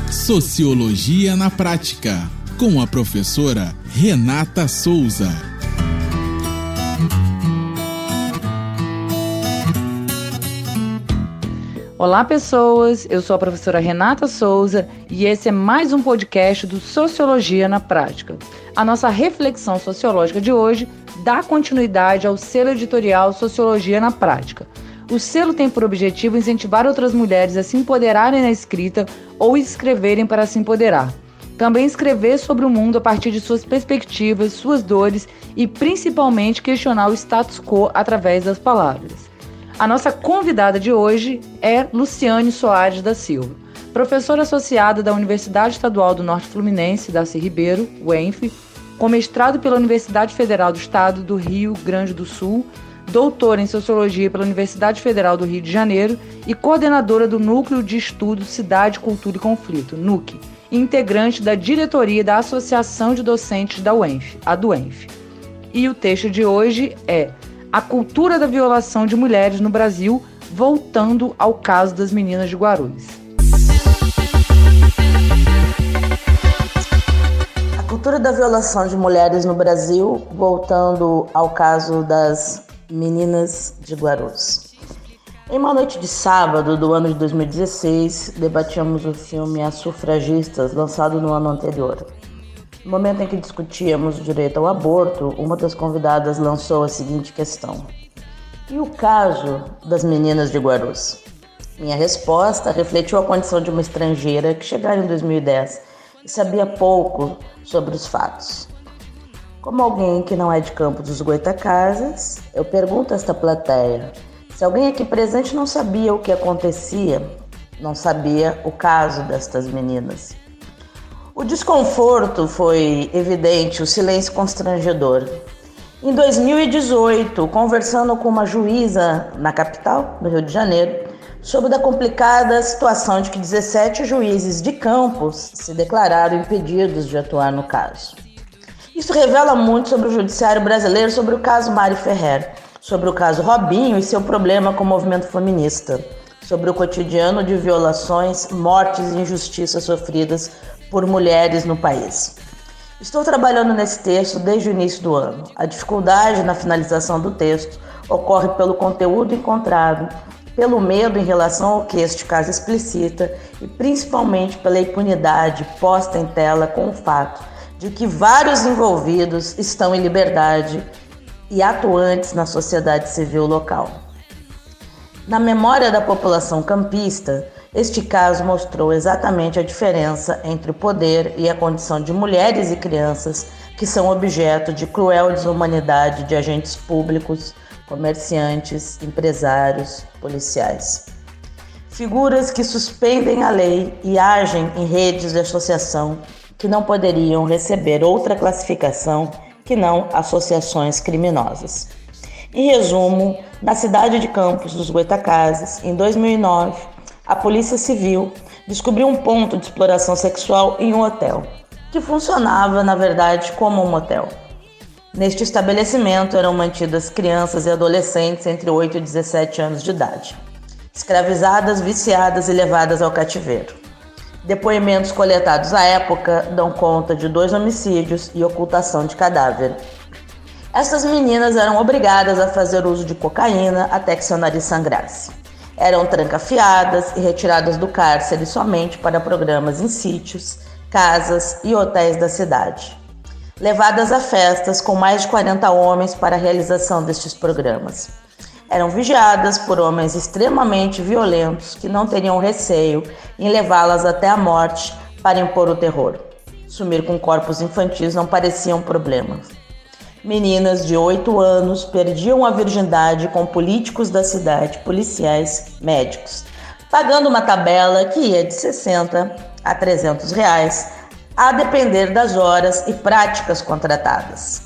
Sociologia na Prática, com a professora Renata Souza. Olá pessoas, eu sou a professora Renata Souza e esse é mais um podcast do Sociologia na Prática. A nossa reflexão sociológica de hoje dá continuidade ao selo editorial Sociologia na Prática. O selo tem por objetivo incentivar outras mulheres a se empoderarem na escrita ou escreverem para se empoderar. Também escrever sobre o mundo a partir de suas perspectivas, suas dores e principalmente questionar o status quo através das palavras. A nossa convidada de hoje é Luciane Soares da Silva, professora associada da Universidade Estadual do Norte Fluminense, Darcy Ribeiro, UENF, com mestrado pela Universidade Federal do Estado do Rio Grande do Sul, doutora em Sociologia pela Universidade Federal do Rio de Janeiro e coordenadora do Núcleo de Estudos Cidade, Cultura e Conflito, NUC, e integrante da diretoria da Associação de Docentes da UENF, a DUENF. E o texto de hoje é A Cultura da Violação de Mulheres no Brasil, voltando ao caso das meninas de Guarulhos. A cultura da violação de mulheres no Brasil, voltando ao caso das meninas de Guarulhos. Em uma noite de sábado do ano de 2016, debatíamos o filme As Sufragistas, lançado no ano anterior. No momento em que discutíamos o direito ao aborto, uma das convidadas lançou a seguinte questão: e o caso das meninas de Guarulhos? Minha resposta refletiu a condição de uma estrangeira que chegara em 2010 e sabia pouco sobre os fatos. Como alguém que não é de Campos dos Goytacazes, eu pergunto a esta plateia: se alguém aqui presente não sabia o que acontecia, não sabia o caso destas meninas? O desconforto foi evidente, o silêncio constrangedor. Em 2018, conversando com uma juíza na capital, no Rio de Janeiro, soube da complicada situação de que 17 juízes de Campos se declararam impedidos de atuar no caso. Isso revela muito sobre o judiciário brasileiro, sobre o caso Mari Ferrer, sobre o caso Robinho e seu problema com o movimento feminista, sobre o cotidiano de violações, mortes e injustiças sofridas por mulheres no país. Estou trabalhando nesse texto desde o início do ano. A dificuldade na finalização do texto ocorre pelo conteúdo encontrado, pelo medo em relação ao que este caso explicita e principalmente pela impunidade posta em tela com o fato de que vários envolvidos estão em liberdade e atuantes na sociedade civil local. Na memória da população campista, este caso mostrou exatamente a diferença entre o poder e a condição de mulheres e crianças que são objeto de cruel desumanidade de agentes públicos, comerciantes, empresários, policiais. Figuras que suspendem a lei e agem em redes de associação que não poderiam receber outra classificação que não associações criminosas. Em resumo, na cidade de Campos dos Goytacazes, em 2009, a Polícia Civil descobriu um ponto de exploração sexual em um hotel, que funcionava, na verdade, como um motel. Neste estabelecimento eram mantidas crianças e adolescentes entre 8 e 17 anos de idade, escravizadas, viciadas e levadas ao cativeiro. Depoimentos coletados à época dão conta de 2 homicídios e ocultação de cadáver. Essas meninas eram obrigadas a fazer uso de cocaína até que seu nariz sangrasse. Eram trancafiadas e retiradas do cárcere somente para programas em sítios, casas e hotéis da cidade. Levadas a festas com mais de 40 homens para a realização destes programas. Eram vigiadas por homens extremamente violentos que não teriam receio em levá-las até a morte para impor o terror. Sumir com corpos infantis não parecia um problema. Meninas de 8 anos perdiam a virgindade com políticos da cidade, policiais, médicos, pagando uma tabela que ia de 60 a 300 reais, a depender das horas e práticas contratadas.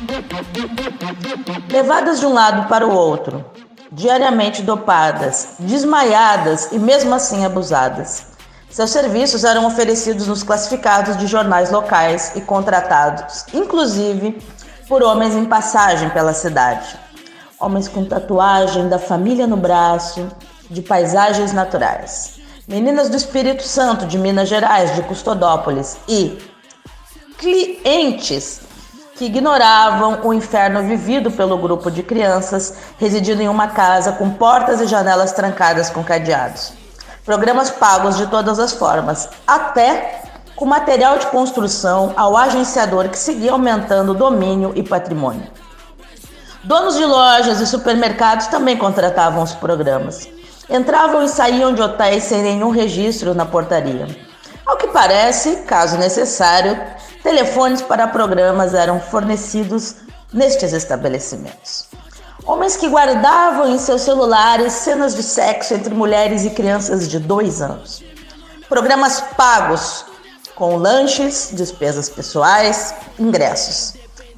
Levadas de um lado para o outro, diariamente dopadas, desmaiadas e mesmo assim abusadas. Seus serviços eram oferecidos nos classificados de jornais locais e contratados, inclusive, por homens em passagem pela cidade. Homens com tatuagem da família no braço, de paisagens naturais. Meninas do Espírito Santo, de Minas Gerais, de Custodópolis, e clientes que ignoravam o inferno vivido pelo grupo de crianças residindo em uma casa com portas e janelas trancadas com cadeados. Programas pagos de todas as formas, até com material de construção ao agenciador que seguia aumentando o domínio e patrimônio. Donos de lojas e supermercados também contratavam os programas. Entravam e saíam de hotéis sem nenhum registro na portaria. Ao que parece, caso necessário, telefones para programas eram fornecidos nestes estabelecimentos. Homens que guardavam em seus celulares cenas de sexo entre mulheres e crianças de 2 anos. Programas pagos, com lanches, despesas pessoais, ingressos.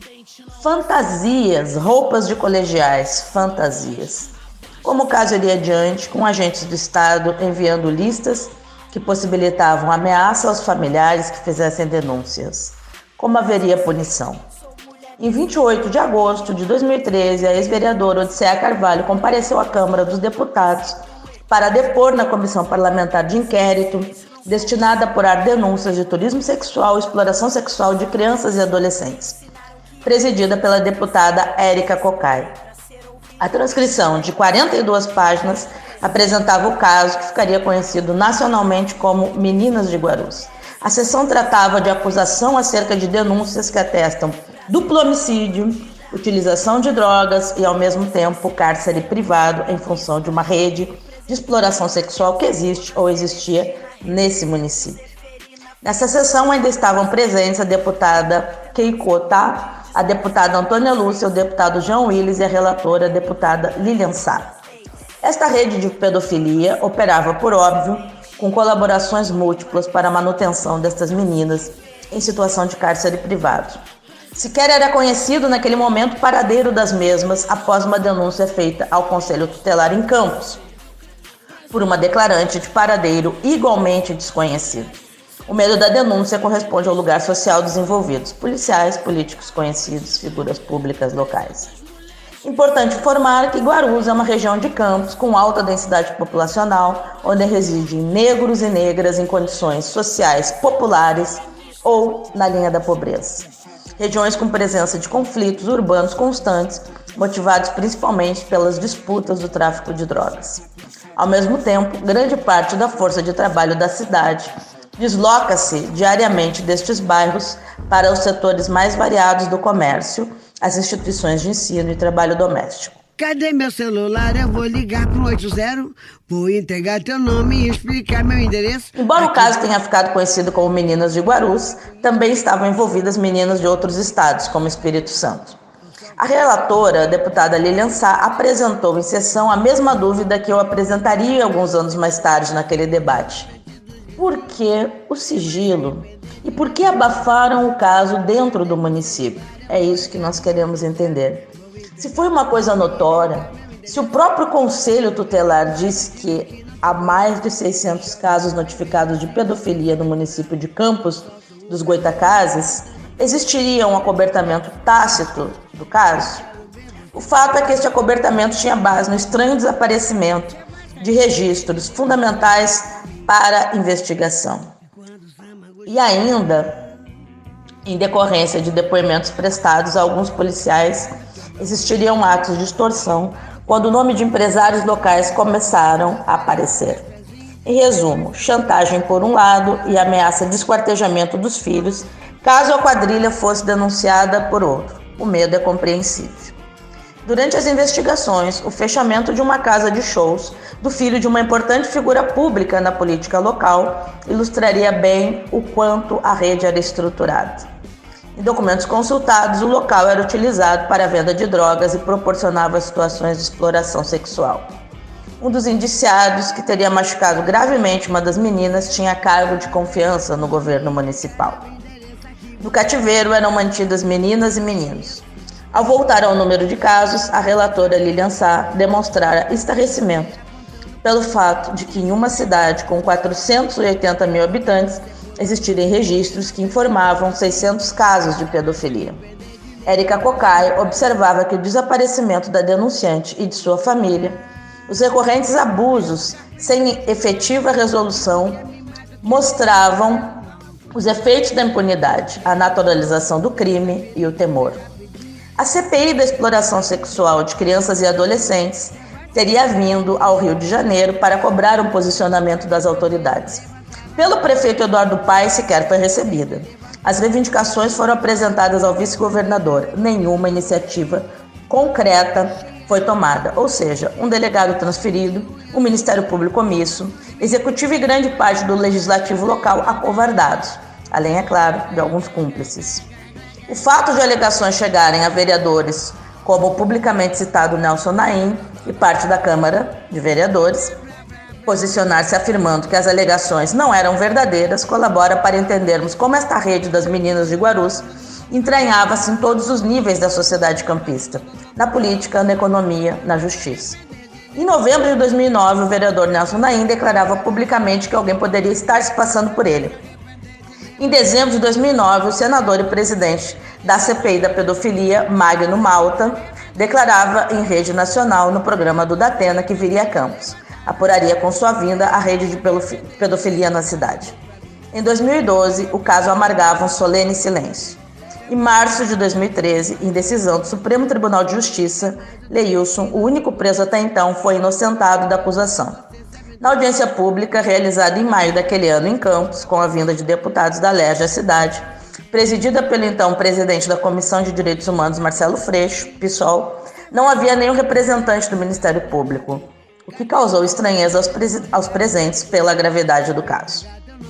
Fantasias, roupas de colegiais, fantasias. Como o caso iria adiante, com agentes do Estado enviando listas que possibilitavam ameaça aos familiares que fizessem denúncias. Como haveria punição? Em 28 de agosto de 2013, a ex-vereadora Odisseia Carvalho compareceu à Câmara dos Deputados para depor na Comissão Parlamentar de Inquérito destinada a apurar denúncias de turismo sexual e exploração sexual de crianças e adolescentes, presidida pela deputada Érica Cocai. A transcrição de 42 páginas apresentava o caso que ficaria conhecido nacionalmente como Meninas de Guarus. A sessão tratava de acusação acerca de denúncias que atestam duplo homicídio, utilização de drogas e, ao mesmo tempo, cárcere privado em função de uma rede de exploração sexual que existe ou existia nesse município. Nessa sessão ainda estavam presentes a deputada Keiko Tá, a deputada Antônia Lúcia, o deputado João Willis e a relatora, a deputada Lilian Sá. Esta rede de pedofilia operava, por óbvio, com colaborações múltiplas para a manutenção destas meninas em situação de cárcere privado. Sequer era conhecido naquele momento o paradeiro das mesmas após uma denúncia feita ao Conselho Tutelar em Campos, por uma declarante de paradeiro igualmente desconhecido. O medo da denúncia corresponde ao lugar social dos envolvidos, policiais, políticos conhecidos, figuras públicas locais. Importante informar que Guarus é uma região de Campos com alta densidade populacional, onde residem negros e negras em condições sociais populares ou na linha da pobreza. Regiões com presença de conflitos urbanos constantes, motivados principalmente pelas disputas do tráfico de drogas. Ao mesmo tempo, grande parte da força de trabalho da cidade desloca-se diariamente destes bairros para os setores mais variados do comércio, as instituições de ensino e trabalho doméstico. Cadê meu celular? Eu vou ligar para o 80, vou entregar teu nome e explicar meu endereço. Embora o caso tenha ficado conhecido como Meninas de Guarus, também estavam envolvidas meninas de outros estados, como Espírito Santo. A relatora, a deputada Lilian Sá, apresentou em sessão a mesma dúvida que eu apresentaria alguns anos mais tarde naquele debate. Por que o sigilo? E por que abafaram o caso dentro do município? É isso que nós queremos entender. Se foi uma coisa notória, se o próprio Conselho Tutelar disse que há mais de 600 casos notificados de pedofilia no município de Campos dos Goitacazes, existiria um acobertamento tácito do caso? O fato é que este acobertamento tinha base no estranho desaparecimento de registros fundamentais para investigação. E ainda, em decorrência de depoimentos prestados a alguns policiais, existiriam atos de extorsão quando o nome de empresários locais começaram a aparecer. Em resumo, chantagem por um lado e ameaça de esquartejamento dos filhos, caso a quadrilha fosse denunciada por outro. O medo é compreensível. Durante as investigações, o fechamento de uma casa de shows do filho de uma importante figura pública na política local ilustraria bem o quanto a rede era estruturada. Em documentos consultados, o local era utilizado para a venda de drogas e proporcionava situações de exploração sexual. Um dos indiciados, que teria machucado gravemente uma das meninas, tinha cargo de confiança no governo municipal. No cativeiro eram mantidas meninas e meninos. Ao voltar ao número de casos, a relatora Lilian Sá demonstrara estarrecimento pelo fato de que em uma cidade com 480 mil habitantes existirem registros que informavam 600 casos de pedofilia. Érica Cocai observava que o desaparecimento da denunciante e de sua família Os recorrentes abusos, sem efetiva resolução, mostravam os efeitos da impunidade, a naturalização do crime e o temor. A CPI da exploração sexual de crianças e adolescentes teria vindo ao Rio de Janeiro para cobrar um posicionamento das autoridades. Pelo prefeito Eduardo Paes, sequer foi recebida. As reivindicações foram apresentadas ao vice-governador. Nenhuma iniciativa concreta foi tomada, ou seja, um delegado transferido, o Ministério Público omisso, executivo e grande parte do legislativo local acovardados, além, é claro, de alguns cúmplices. O fato de alegações chegarem a vereadores, como o publicamente citado Nelson Naim e parte da Câmara de Vereadores, posicionar-se afirmando que as alegações não eram verdadeiras, colabora para entendermos como esta rede das meninas de Guarus entranhava-se em todos os níveis da sociedade campista, na política, na economia, na justiça. Em novembro de 2009, o vereador Nelson Naim declarava publicamente que alguém poderia estar se passando por ele. Em dezembro de 2009, o senador e presidente da CPI da pedofilia, Magno Malta, declarava em rede nacional no programa do Datena que viria a Campos. Apuraria com sua vinda a rede de pedofilia na cidade. Em 2012, o caso amargava um solene silêncio. Em março de 2013, em decisão do Supremo Tribunal de Justiça, Leilson, o único preso até então, foi inocentado da acusação. Na audiência pública, realizada em maio daquele ano em Campos, com a vinda de deputados da LERJ à cidade, presidida pelo então presidente da Comissão de Direitos Humanos, Marcelo Freixo, PSOL, não havia nenhum representante do Ministério Público, o que causou estranheza aos presentes pela gravidade do caso.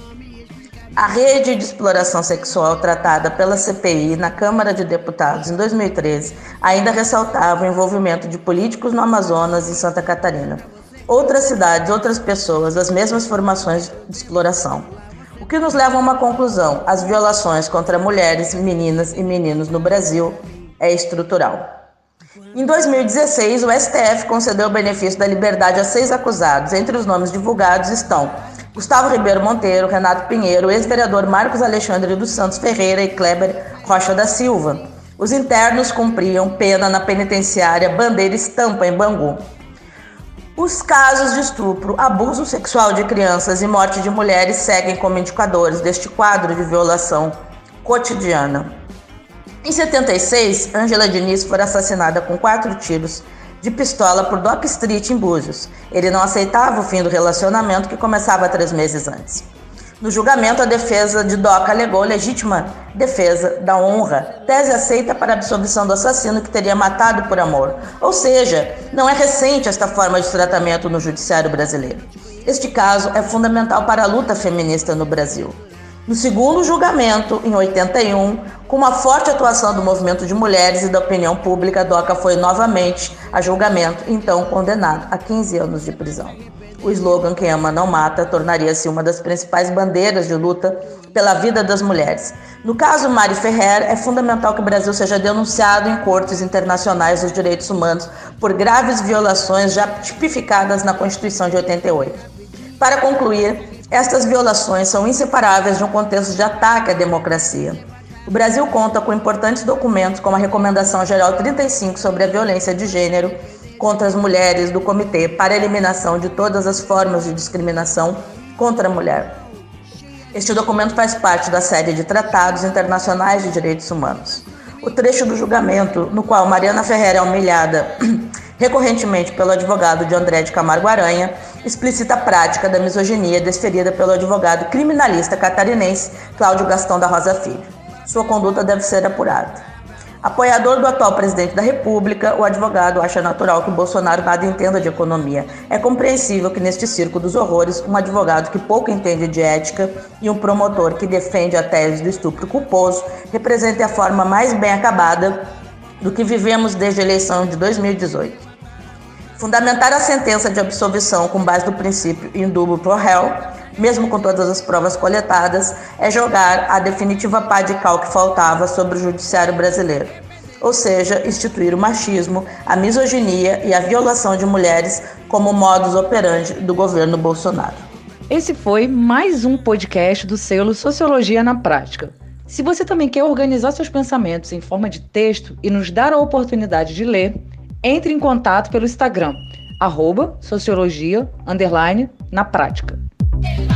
A rede de exploração sexual tratada pela CPI na Câmara de Deputados em 2013 ainda ressaltava o envolvimento de políticos no Amazonas e em Santa Catarina. Outras cidades, outras pessoas, as mesmas formações de exploração. O que nos leva a uma conclusão: as violações contra mulheres, meninas e meninos no Brasil é estrutural. Em 2016, o STF concedeu o benefício da liberdade a 6 acusados. Entre os nomes divulgados estão Gustavo Ribeiro Monteiro, Renato Pinheiro, ex-vereador Marcos Alexandre dos Santos Ferreira e Kleber Rocha da Silva. Os internos cumpriam pena na penitenciária Bandeira Estampa, em Bangu. Os casos de estupro, abuso sexual de crianças e morte de mulheres seguem como indicadores deste quadro de violação cotidiana. Em 76, Ângela Diniz foi assassinada com 4 tiros de pistola por Doc Street, em Búzios. Ele não aceitava o fim do relacionamento, que começava 3 meses antes. No julgamento, a defesa de Doc alegou legítima defesa da honra, tese aceita para a absolvição do assassino que teria matado por amor. Ou seja, não é recente esta forma de tratamento no judiciário brasileiro. Este caso é fundamental para a luta feminista no Brasil. No segundo julgamento, em 81, com uma forte atuação do movimento de mulheres e da opinião pública, Doca foi novamente a julgamento, então condenado a 15 anos de prisão. O slogan "Quem ama não mata" tornaria-se uma das principais bandeiras de luta pela vida das mulheres. No caso Mari Ferrer, é fundamental que o Brasil seja denunciado em cortes internacionais dos direitos humanos por graves violações já tipificadas na Constituição de 88. Para concluir, estas violações são inseparáveis de um contexto de ataque à democracia. O Brasil conta com importantes documentos, como a Recomendação Geral 35 sobre a violência de gênero contra as mulheres do Comitê para a Eliminação de Todas as Formas de Discriminação contra a Mulher. Este documento faz parte da série de tratados internacionais de direitos humanos. O trecho do julgamento, no qual Mariana Ferrer é humilhada recorrentemente pelo advogado de André de Camargo Aranha, explicita a prática da misoginia desferida pelo advogado criminalista catarinense Cláudio Gastão da Rosa Filho. Sua conduta deve ser apurada. Apoiador do atual presidente da República, o advogado acha natural que Bolsonaro nada entenda de economia. É compreensível que neste circo dos horrores, um advogado que pouco entende de ética e um promotor que defende a tese do estupro culposo representem a forma mais bem acabada do que vivemos desde a eleição de 2018. Fundamentar a sentença de absolvição com base no princípio indúbio pro réu, mesmo com todas as provas coletadas, é jogar a definitiva pá de cal que faltava sobre o judiciário brasileiro. Ou seja, instituir o machismo, a misoginia e a violação de mulheres como modus operandi do governo Bolsonaro. Esse foi mais um podcast do selo Sociologia na Prática. Se você também quer organizar seus pensamentos em forma de texto e nos dar a oportunidade de ler, entre em contato pelo Instagram, @sociologia_na prática.